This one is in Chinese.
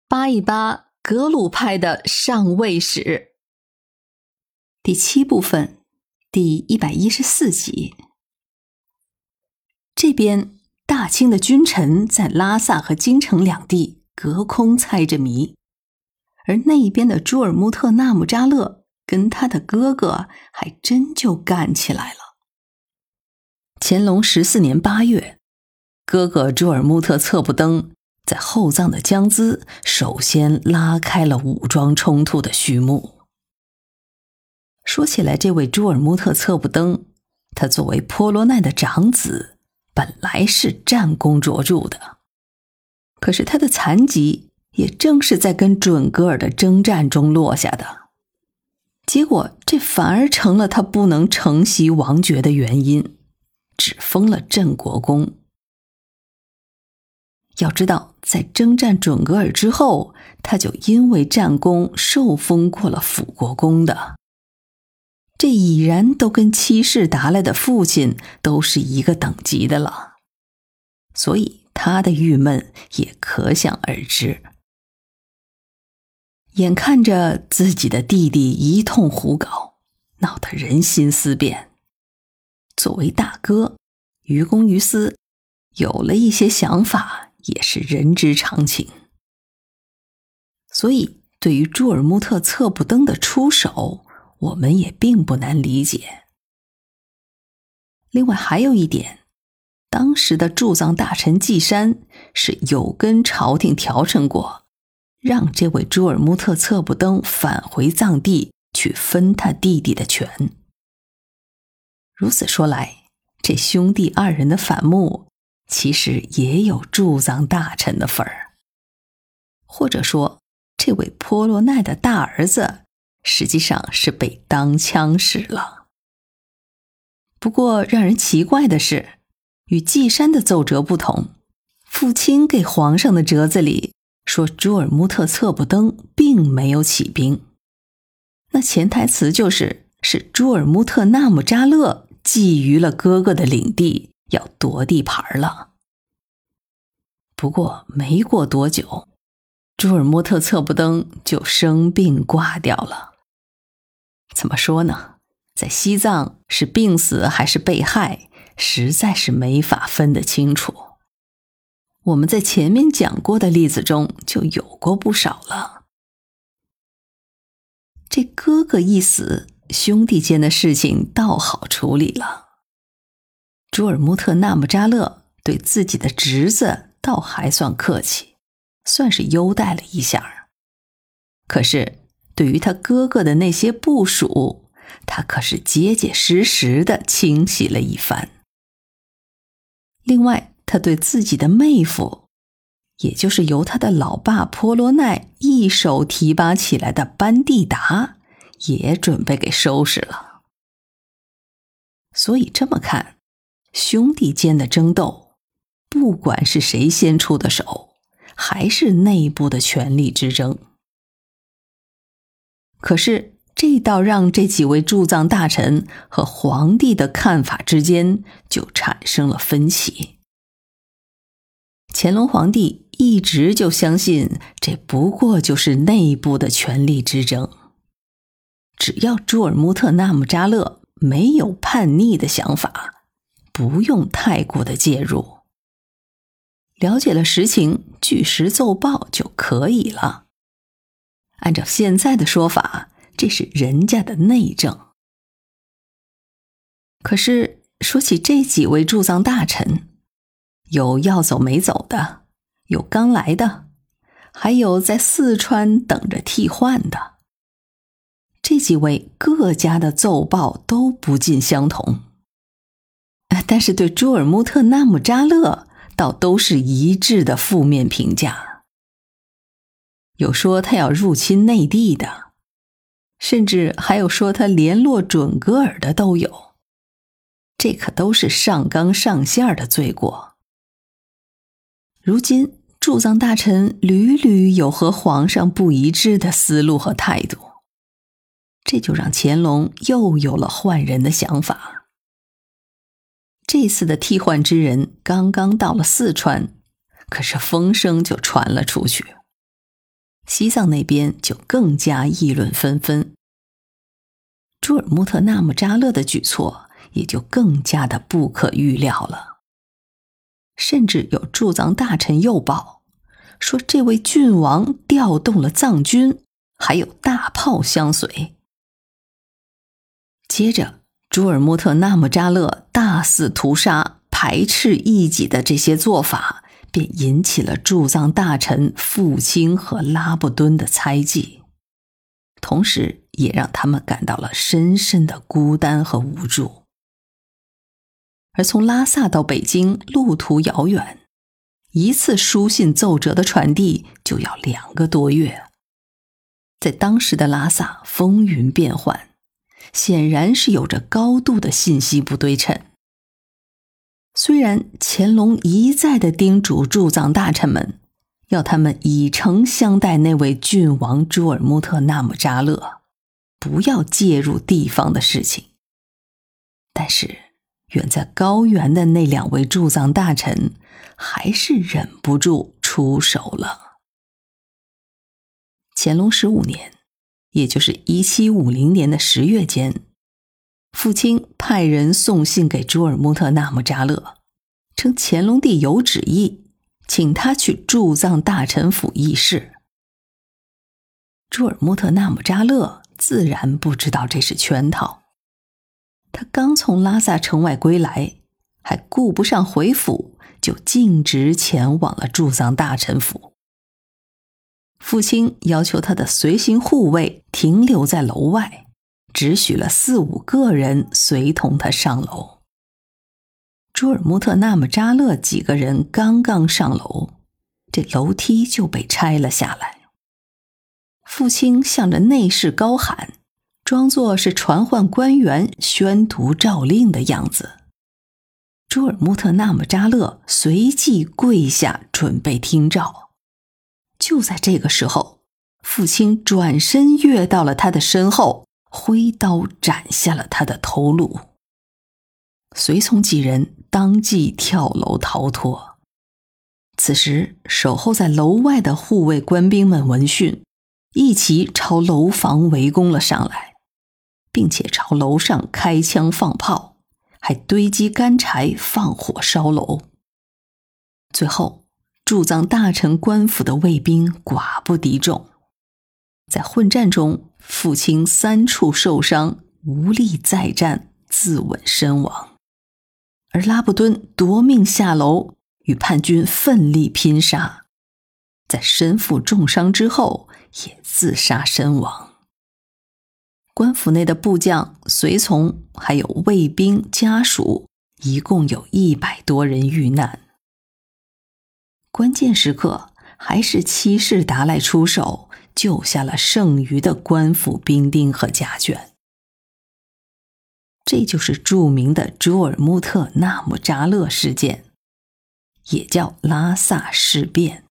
扒一扒格鲁派的上位史。 第7部分，第114集。这边大清的君臣在拉萨和京城两地隔空猜着谜，而那一边的朱尔穆特纳木扎勒跟他的哥哥还真就干起来了。乾隆14年8月，哥哥朱尔穆特策布登在后藏的江孜首先拉开了武装冲突的序幕。说起来，这位朱尔穆特策布登，他作为波罗奈的长子，本来是战功卓著的，可是他的残疾也正是在跟准噶尔的征战中落下的，结果这反而成了他不能承袭王爵的原因，只封了镇国公。要知道，在征战准噶尔之后，他就因为战功受封过了辅国公的，这已然都跟七世达赖的父亲都是一个等级的了，所以他的郁闷也可想而知。眼看着自己的弟弟一通胡搞，闹得人心思变，作为大哥，于公于私，有了一些想法也是人之常情。所以对于朱尔穆特策布登的出手，我们也并不难理解。另外还有一点，当时的驻藏大臣季山是有跟朝廷调陈过，让这位朱尔穆特策布登返回藏地去分他弟弟的权。如此说来，这兄弟二人的反目其实也有驻藏大臣的份儿，或者说这位波罗奈的大儿子实际上是被当枪使了。不过让人奇怪的是，与季山的奏折不同，父亲给皇上的折子里说朱尔穆特策布登并没有起兵，那潜台词是朱尔穆特纳木扎勒觊觎了哥哥的领地，要夺地盘了。不过没过多久，朱尔穆特策布登就生病挂掉了。怎么说呢？在西藏是病死还是被害，实在是没法分得清楚。我们在前面讲过的例子中就有过不少了。这哥哥一死，兄弟间的事情倒好处理了。朱尔穆特纳木扎勒对自己的侄子倒还算客气，算是优待了一下。可是对于他哥哥的那些部属，他可是结结实实的清洗了一番。另外，他对自己的妹夫，也就是由他的老爸波罗奈一手提拔起来的班蒂达，也准备给收拾了。所以这么看，兄弟间的争斗，不管是谁先出的手，还是内部的权力之争。可是这倒让这几位驻藏大臣和皇帝的看法之间就产生了分歧。乾隆皇帝一直就相信这不过就是内部的权力之争，只要朱尔穆特纳木扎勒没有叛逆的想法，不用太过的介入，了解了实情，据实奏报就可以了。按照现在的说法，这是人家的内政。可是说起这几位驻藏大臣，有要走没走的，有刚来的，还有在四川等着替换的。这几位各家的奏报都不尽相同，但是对朱尔穆特纳木扎勒倒都是一致的负面评价。有说他要入侵内地的，甚至还有说他联络准噶尔的都有，这可都是上纲上线的罪过。如今驻藏大臣屡屡有和皇上不一致的思路和态度，这就让乾隆又有了换人的想法。这次的替换之人刚刚到了四川，可是风声就传了出去。 西藏那边就更加议论纷纷。朱尔穆特纳木扎勒的举措也就更加的不可预料了。甚至有驻藏大臣诱报，说这位郡王调动了藏军，还有大炮相随。接着，朱尔穆特纳木扎勒大肆屠杀、排斥异己的这些做法，便引起了驻藏大臣傅清和拉布敦的猜忌，同时也让他们感到了深深的孤单和无助。而从拉萨到北京路途遥远，一次书信奏折的传递就要2个多月。在当时的拉萨风云变幻，显然是有着高度的信息不对称。虽然乾隆一再地叮嘱驻藏大臣们，要他们以诚相待那位郡王朱尔穆特纳木扎勒，不要介入地方的事情，但是远在高原的那2位驻藏大臣还是忍不住出手了。乾隆15年，也就是1750年的10月间，傅清派人送信给朱尔穆特纳木扎勒，称乾隆帝有旨意，请他去驻藏大臣府议事。朱尔穆特纳木扎勒自然不知道这是圈套，他刚从拉萨城外归来，还顾不上回府，就径直前往了驻藏大臣府。傅清要求他的随行护卫停留在楼外，只许了4、5个人随同他上楼。朱尔穆特纳木扎勒几个人刚刚上楼，这楼梯就被拆了下来。傅清向着内侍高喊，装作是传唤官员宣读诏令的样子。朱尔穆特纳木扎勒随即跪下准备听诏。就在这个时候，傅清转身跃到了他的身后，挥刀斩下了他的头颅。随从几人当即跳楼逃脱。此时守候在楼外的护卫官兵们闻讯，一起朝楼房围攻了上来，并且朝楼上开枪放炮，还堆积干柴放火烧楼。最后驻藏大臣官府的卫兵寡不敌众，在混战中，傅清3处受伤，无力再战，自刎身亡。而拉布敦夺命下楼，与叛军奋力拼杀，在身负重伤之后，也自杀身亡。官府内的部将、随从还有卫兵家属，一共有100多人遇难。关键时刻，还是七世达赖出手，救下了剩余的官府兵丁和家眷。这就是著名的朱尔穆特纳木扎勒事件，也叫拉萨事变。